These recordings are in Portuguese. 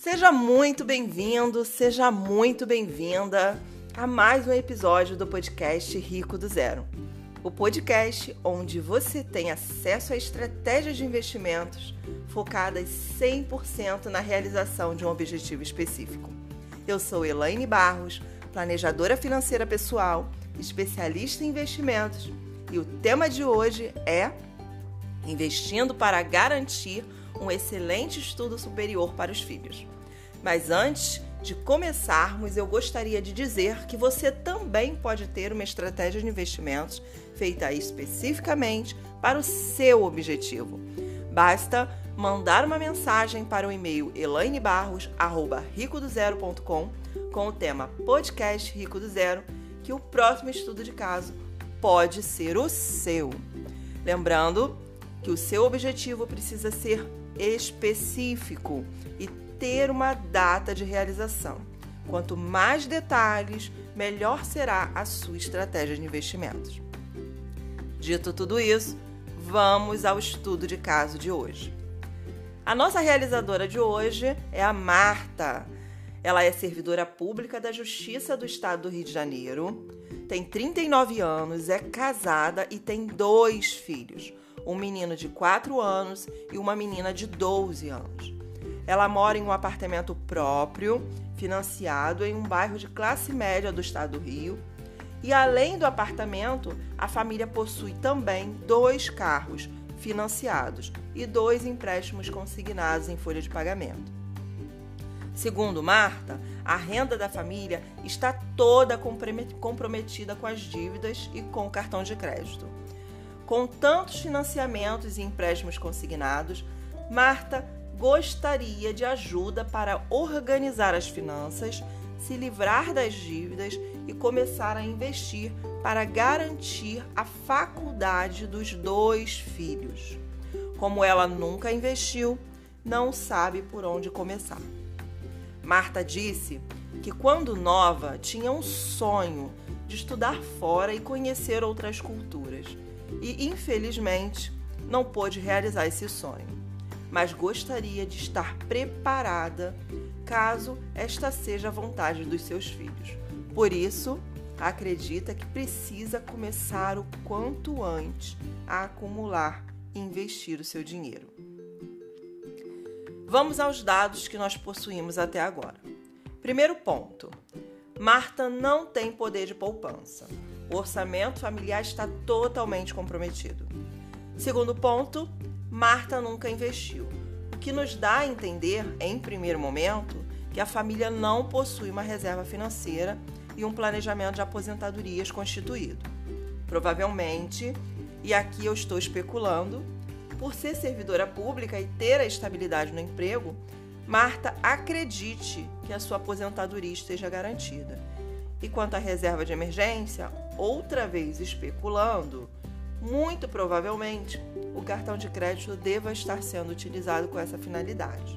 Seja muito bem-vindo, seja muito bem-vinda a mais um episódio do podcast Rico do Zero. O podcast onde você tem acesso a estratégias de investimentos focadas 100% na realização de um objetivo específico. Eu sou Elaine Barros, planejadora financeira pessoal, especialista em investimentos, e o tema de hoje é investindo para garantir um excelente estudo superior para os filhos. Mas antes de começarmos, eu gostaria de dizer que você também pode ter uma estratégia de investimentos feita especificamente para o seu objetivo. Basta mandar uma mensagem para o e-mail elainebarros@ricodozero.com com o tema Podcast Rico do Zero, que o próximo estudo de caso pode ser o seu. Lembrando que o seu objetivo precisa ser específico e ter uma data de realização. Quanto mais detalhes, melhor será a sua estratégia de investimentos. Dito tudo isso, vamos ao estudo de caso de hoje. A nossa realizadora de hoje é a Marta. Ela é servidora pública da Justiça do Estado do Rio de Janeiro, tem 39 anos, é casada e tem 2 filhos, um menino de 4 anos e uma menina de 12 anos. Ela mora em um apartamento próprio, financiado em um bairro de classe média do estado do Rio. E além do apartamento, a família possui também 2 carros financiados e 2 empréstimos consignados em folha de pagamento. Segundo Marta, a renda da família está toda comprometida com as dívidas e com o cartão de crédito. Com tantos financiamentos e empréstimos consignados, Marta gostaria de ajuda para organizar as finanças, se livrar das dívidas e começar a investir para garantir a faculdade dos 2 filhos. Como ela nunca investiu, não sabe por onde começar. Marta disse que quando nova tinha um sonho de estudar fora e conhecer outras culturas. E, infelizmente, não pôde realizar esse sonho, mas gostaria de estar preparada caso esta seja a vontade dos seus filhos. Por isso, acredita que precisa começar o quanto antes a acumular e investir o seu dinheiro. Vamos aos dados que nós possuímos até agora. Primeiro ponto: Marta não tem poder de poupança. O orçamento familiar está totalmente comprometido. Segundo ponto, Marta nunca investiu, o que nos dá a entender, em primeiro momento, que a família não possui uma reserva financeira e um planejamento de aposentadorias constituído. Provavelmente, e aqui eu estou especulando, por ser servidora pública e ter a estabilidade no emprego, Marta acredite que a sua aposentadoria esteja garantida. E quanto à reserva de emergência, outra vez especulando, muito provavelmente o cartão de crédito deva estar sendo utilizado com essa finalidade.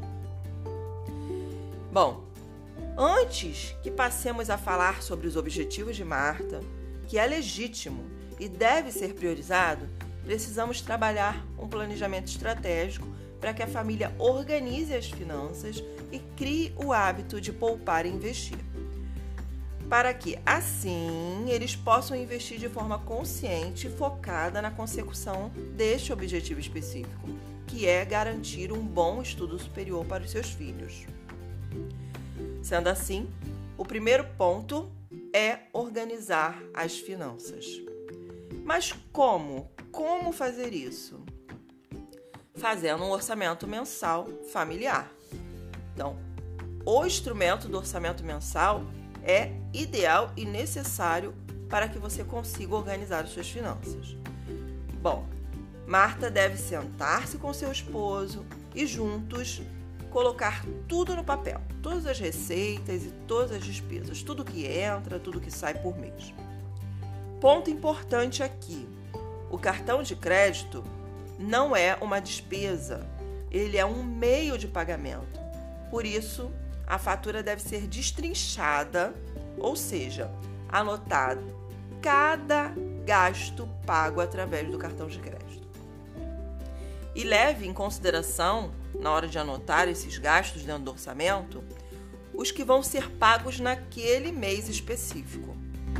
Bom, antes que passemos a falar sobre os objetivos de Marta, que é legítimo e deve ser priorizado, precisamos trabalhar um planejamento estratégico para que a família organize as finanças e crie o hábito de poupar e investir, para que, assim, eles possam investir de forma consciente e focada na consecução deste objetivo específico, que é garantir um bom estudo superior para os seus filhos. Sendo assim, o primeiro ponto é organizar as finanças. Mas como? Como fazer isso? Fazendo um orçamento mensal familiar. Então, o instrumento do orçamento mensal é ideal e necessário para que você consiga organizar as suas finanças. Bom, Marta deve sentar-se com seu esposo e juntos colocar tudo no papel, todas as receitas e todas as despesas, tudo que entra, tudo que sai por mês. Ponto importante aqui: o cartão de crédito não é uma despesa, ele é um meio de pagamento. Por isso, a fatura deve ser destrinchada, ou seja, anotado cada gasto pago através do cartão de crédito. E leve em consideração, na hora de anotar esses gastos dentro do orçamento, os que vão ser pagos naquele mês específico.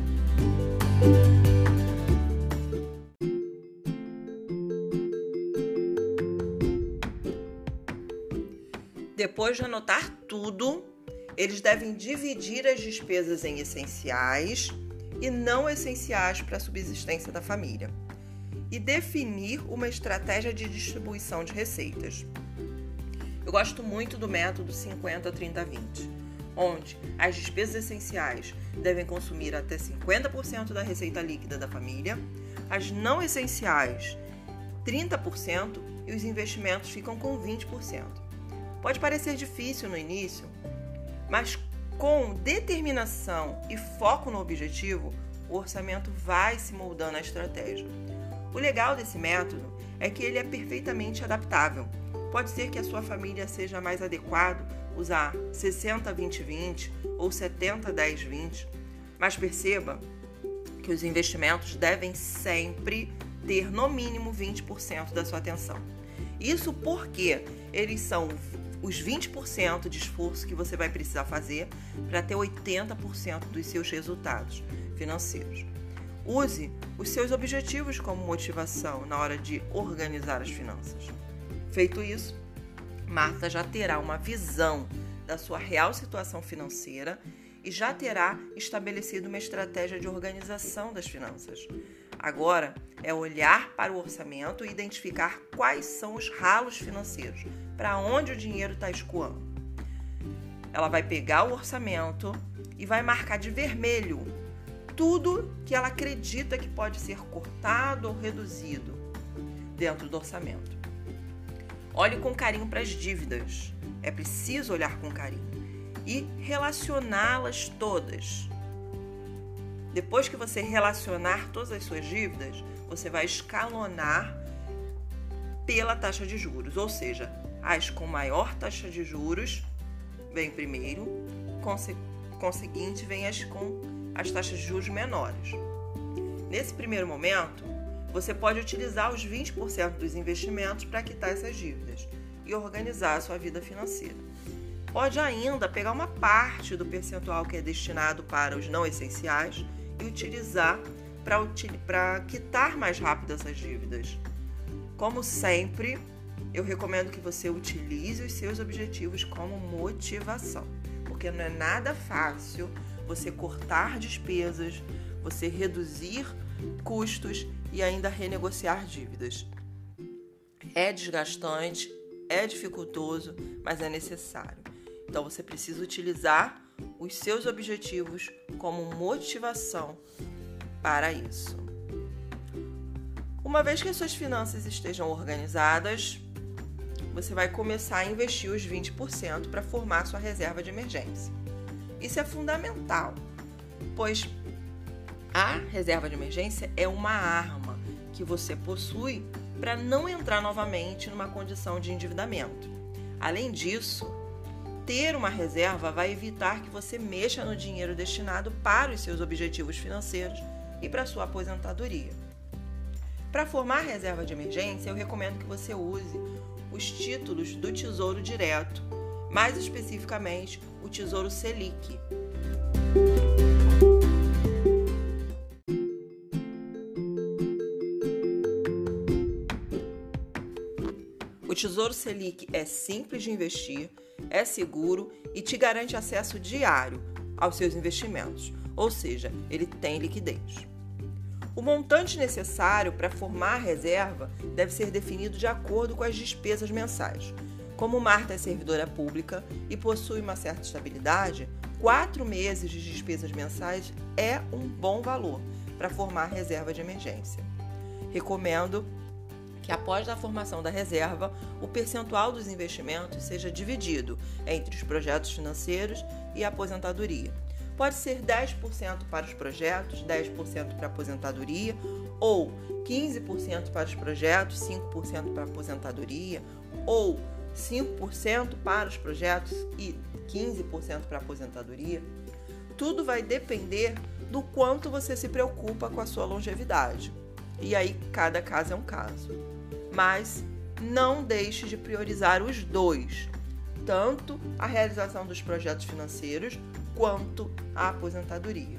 Depois de anotar tudo, eles devem dividir as despesas em essenciais e não essenciais para a subsistência da família e definir uma estratégia de distribuição de receitas. Eu gosto muito do método 50-30-20, onde as despesas essenciais devem consumir até 50% da receita líquida da família, as não essenciais 30% e os investimentos ficam com 20%. Pode parecer difícil no início, mas com determinação e foco no objetivo, o orçamento vai se moldando à estratégia. O legal desse método é que ele é perfeitamente adaptável. Pode ser que a sua família seja mais adequado usar 60-20-20 ou 70-10-20, mas perceba que os investimentos devem sempre ter no mínimo 20% da sua atenção. Isso porque eles são os 20% de esforço que você vai precisar fazer para ter 80% dos seus resultados financeiros. Use os seus objetivos como motivação na hora de organizar as finanças. Feito isso, Marta já terá uma visão da sua real situação financeira e já terá estabelecido uma estratégia de organização das finanças. Agora é olhar para o orçamento e identificar quais são os ralos financeiros, para onde o dinheiro está escoando. Ela vai pegar o orçamento e vai marcar de vermelho tudo que ela acredita que pode ser cortado ou reduzido dentro do orçamento. Olhe com carinho para as dívidas. É preciso olhar com carinho e relacioná-las todas. Depois que você relacionar todas as suas dívidas, você vai escalonar pela taxa de juros, ou seja, as com maior taxa de juros vem primeiro, conseguinte vem as com as taxas de juros menores. Nesse primeiro momento, você pode utilizar os 20% dos investimentos para quitar essas dívidas e organizar a sua vida financeira. Pode ainda pegar uma parte do percentual que é destinado para os não essenciais e utilizar para quitar mais rápido essas dívidas. Como sempre, eu recomendo que você utilize os seus objetivos como motivação, porque não é nada fácil você cortar despesas, você reduzir custos e ainda renegociar dívidas. É desgastante, é dificultoso, mas é necessário. Então você precisa utilizar os seus objetivos como motivação para isso. Uma vez que as suas finanças estejam organizadas, você vai começar a investir os 20% para formar sua reserva de emergência. Isso é fundamental, pois a reserva de emergência é uma arma que você possui para não entrar novamente numa condição de endividamento. Além disso, ter uma reserva vai evitar que você mexa no dinheiro destinado para os seus objetivos financeiros e para a sua aposentadoria. Para formar a reserva de emergência, eu recomendo que você use os títulos do Tesouro Direto, mais especificamente o Tesouro Selic. O Tesouro Selic é simples de investir, é seguro e te garante acesso diário aos seus investimentos, ou seja, ele tem liquidez. O montante necessário para formar a reserva deve ser definido de acordo com as despesas mensais. Como Marta é servidora pública e possui uma certa estabilidade, 4 meses de despesas mensais é um bom valor para formar a reserva de emergência. Recomendo que após a formação da reserva, o percentual dos investimentos seja dividido entre os projetos financeiros e a aposentadoria. Pode ser 10% para os projetos, 10% para a aposentadoria, ou 15% para os projetos, 5% para a aposentadoria, ou 5% para os projetos e 15% para a aposentadoria. Tudo vai depender do quanto você se preocupa com a sua longevidade. E aí, cada caso é um caso. Mas não deixe de priorizar os dois, tanto a realização dos projetos financeiros quanto a aposentadoria.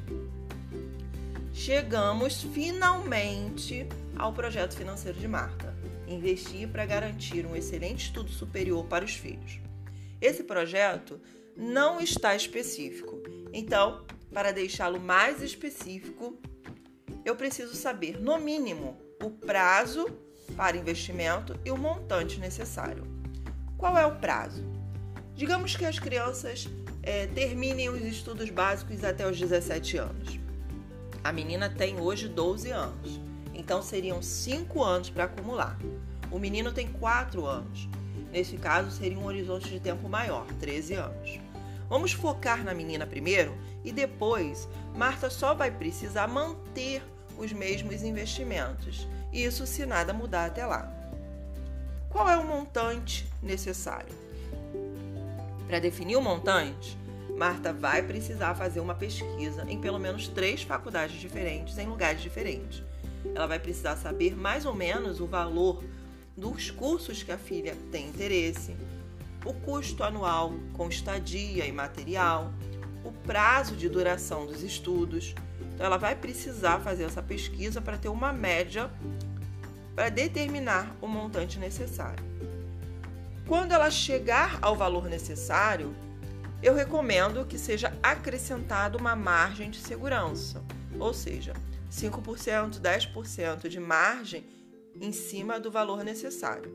Chegamos finalmente ao projeto financeiro de Marta: investir para garantir um excelente estudo superior para os filhos. Esse projeto não está específico, então, para deixá-lo mais específico, eu preciso saber, no mínimo, o prazo para investimento e o montante necessário. Qual é o prazo? Digamos que as crianças terminem os estudos básicos até os 17 anos. A menina tem hoje 12 anos, então seriam 5 anos para acumular. O menino tem 4 anos. Nesse caso, seria um horizonte de tempo maior, 13 anos. Vamos focar na menina primeiro e depois Marta só vai precisar manter os mesmos investimentos. Isso se nada mudar até lá. Qual é o montante necessário? Para definir o montante, Marta vai precisar fazer uma pesquisa em pelo menos 3 faculdades diferentes, em lugares diferentes. Ela vai precisar saber mais ou menos o valor dos cursos que a filha tem interesse, o custo anual com estadia e material, o prazo de duração dos estudos. Então, ela vai precisar fazer essa pesquisa para ter uma média para determinar o montante necessário. Quando ela chegar ao valor necessário, eu recomendo que seja acrescentada uma margem de segurança, ou seja, 5%, 10% de margem em cima do valor necessário.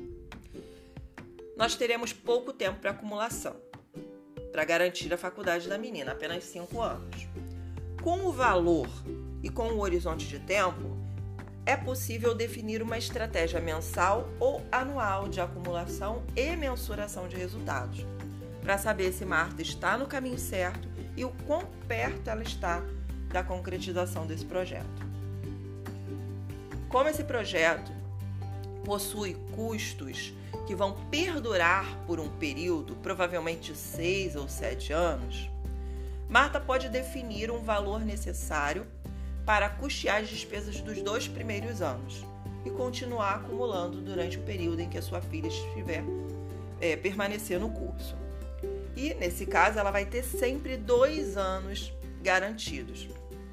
Nós teremos pouco tempo para acumulação, para garantir a faculdade da menina, apenas 5 anos. Com o valor e com o horizonte de tempo, é possível definir uma estratégia mensal ou anual de acumulação e mensuração de resultados, para saber se Marta está no caminho certo e o quão perto ela está da concretização desse projeto. Como esse projeto possui custos que vão perdurar por um período, provavelmente 6 ou 7 anos, Marta pode definir um valor necessário para custear as despesas dos 2 primeiros anos e continuar acumulando durante o período em que a sua filha estiver permanecer no curso. E, nesse caso, ela vai ter sempre 2 anos garantidos.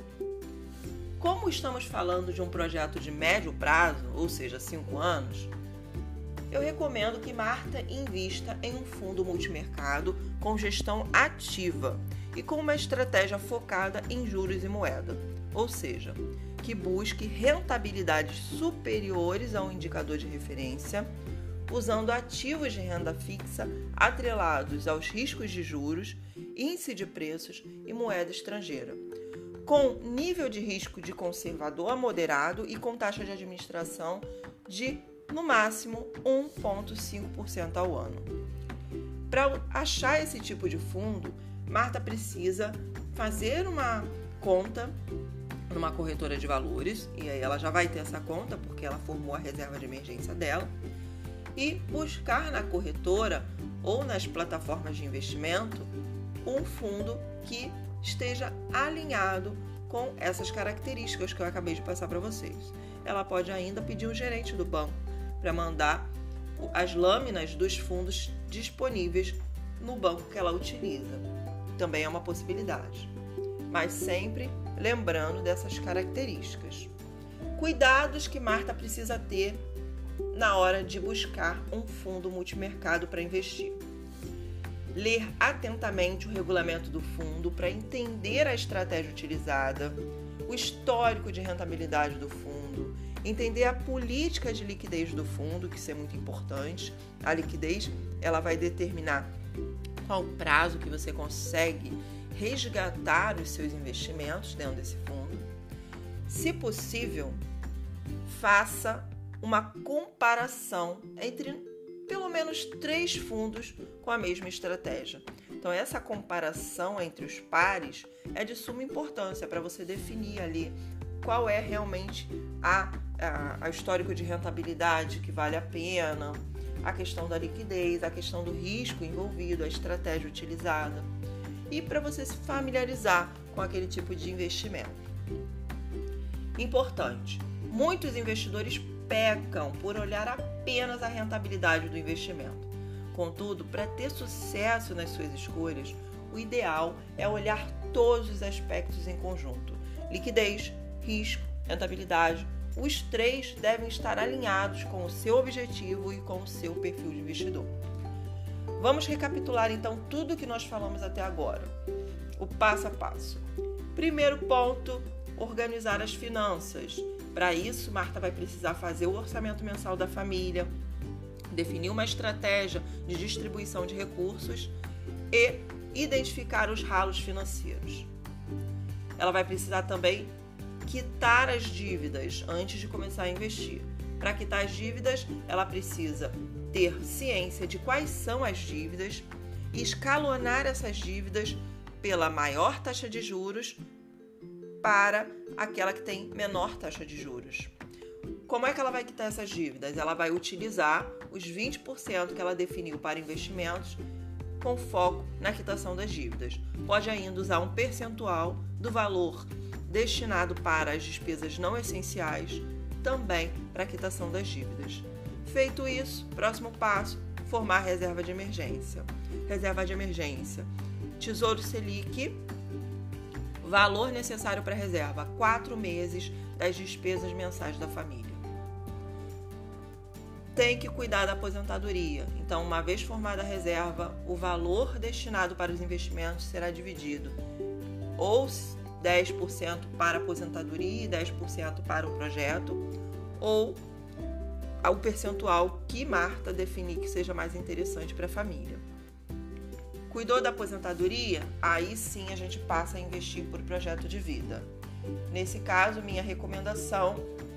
Como estamos falando de um projeto de médio prazo, ou seja, 5 anos, eu recomendo que Marta invista em um fundo multimercado com gestão ativa e com uma estratégia focada em juros e moeda, ou seja, que busque rentabilidades superiores ao indicador de referência, usando ativos de renda fixa atrelados aos riscos de juros, índice de preços e moeda estrangeira, com nível de risco de conservador a moderado e com taxa de administração de, no máximo, 1,5% ao ano. Para achar esse tipo de fundo, Marta precisa fazer uma conta numa corretora de valores, e aí ela já vai ter essa conta porque ela formou a reserva de emergência dela, e buscar na corretora ou nas plataformas de investimento um fundo que esteja alinhado com essas características que eu acabei de passar para vocês. Ela pode ainda pedir um gerente do banco para mandar as lâminas dos fundos disponíveis no banco que ela utiliza. Também é uma possibilidade, mas sempre lembrando dessas características. Cuidados que Marta precisa ter na hora de buscar um fundo multimercado para investir. Ler atentamente o regulamento do fundo para entender a estratégia utilizada, o histórico de rentabilidade do fundo, entender a política de liquidez do fundo, que isso é muito importante. A liquidez, ela vai determinar qual o prazo que você consegue resgatar os seus investimentos dentro desse fundo. Se possível, faça uma comparação entre pelo menos 3 fundos com a mesma estratégia. Então, essa comparação entre os pares é de suma importância para você definir ali qual é realmente a histórico de rentabilidade que vale a pena, a questão da liquidez, a questão do risco envolvido, a estratégia utilizada, e para você se familiarizar com aquele tipo de investimento. Importante, muitos investidores pecam por olhar apenas a rentabilidade do investimento. Contudo, para ter sucesso nas suas escolhas, o ideal é olhar todos os aspectos em conjunto: liquidez, risco, rentabilidade. Os três devem estar alinhados com o seu objetivo e com o seu perfil de investidor. Vamos recapitular então tudo o que nós falamos até agora. O passo a passo. Primeiro ponto, organizar as finanças. Para isso, Marta vai precisar fazer o orçamento mensal da família, definir uma estratégia de distribuição de recursos e identificar os ralos financeiros. Ela vai precisar também quitar as dívidas antes de começar a investir. Para quitar as dívidas, ela precisa ter ciência de quais são as dívidas e escalonar essas dívidas pela maior taxa de juros para aquela que tem menor taxa de juros. Como é que ela vai quitar essas dívidas? Ela vai utilizar os 20% que ela definiu para investimentos com foco na quitação das dívidas. Pode ainda usar um percentual do valor destinado para as despesas não essenciais, também para a quitação das dívidas. Feito isso, próximo passo, formar reserva de emergência. Reserva de emergência. Tesouro Selic, valor necessário para a reserva, 4 meses das despesas mensais da família. Tem que cuidar da aposentadoria. Então, uma vez formada a reserva, o valor destinado para os investimentos será dividido ou 10% para a aposentadoria e 10% para o projeto, ou o percentual que Marta definir que seja mais interessante para a família. Cuidou da aposentadoria? Aí sim a gente passa a investir por projeto de vida. Nesse caso, minha recomendação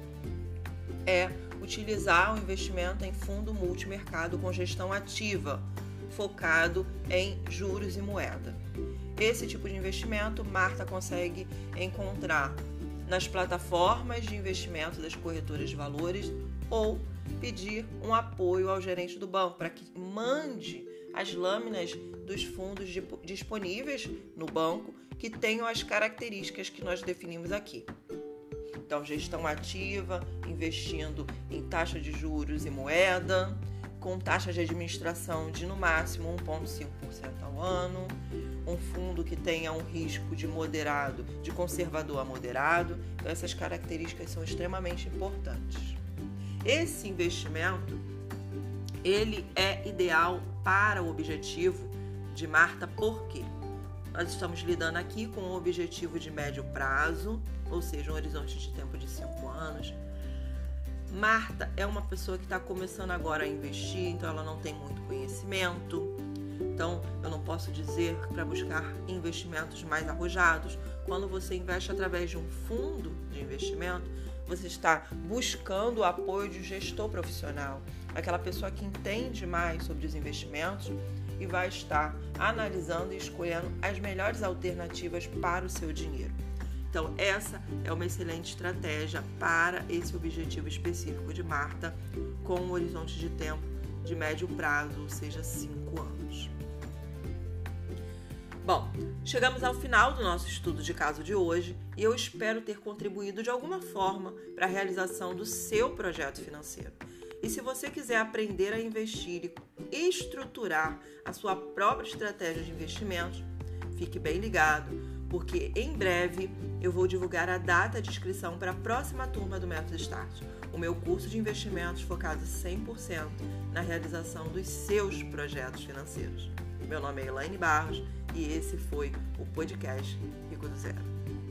é utilizar o investimento em fundo multimercado com gestão ativa, focado em juros e moeda. Esse tipo de investimento Marta consegue encontrar nas plataformas de investimento das corretoras de valores ou pedir um apoio ao gerente do banco para que mande as lâminas dos fundos disponíveis no banco que tenham as características que nós definimos aqui. Então, gestão ativa, investindo em taxa de juros e moeda, com taxa de administração de no máximo 1,5% ao ano, um fundo que tenha um risco de moderado, de conservador a moderado. Então, essas características são extremamente importantes. Esse investimento, ele é ideal para o objetivo de Marta, por quê? Nós estamos lidando aqui com um objetivo de médio prazo, ou seja, um horizonte de tempo de 5 anos. Marta é uma pessoa que está começando agora a investir, então ela não tem muito conhecimento. Então, eu não posso dizer para buscar investimentos mais arrojados. Quando você investe através de um fundo de investimento, você está buscando o apoio de um gestor profissional, aquela pessoa que entende mais sobre os investimentos e vai estar analisando e escolhendo as melhores alternativas para o seu dinheiro. Então, essa é uma excelente estratégia para esse objetivo específico de Marta, com um horizonte de tempo de médio prazo, ou seja, 5 anos. Bom, chegamos ao final do nosso estudo de caso de hoje e eu espero ter contribuído de alguma forma para a realização do seu projeto financeiro. E se você quiser aprender a investir e estruturar a sua própria estratégia de investimentos, fique bem ligado, porque em breve eu vou divulgar a data de inscrição para a próxima turma do Método Start, o meu curso de investimentos focado 100% na realização dos seus projetos financeiros. Meu nome é Elaine Barros e esse foi o podcast Rico do Zero.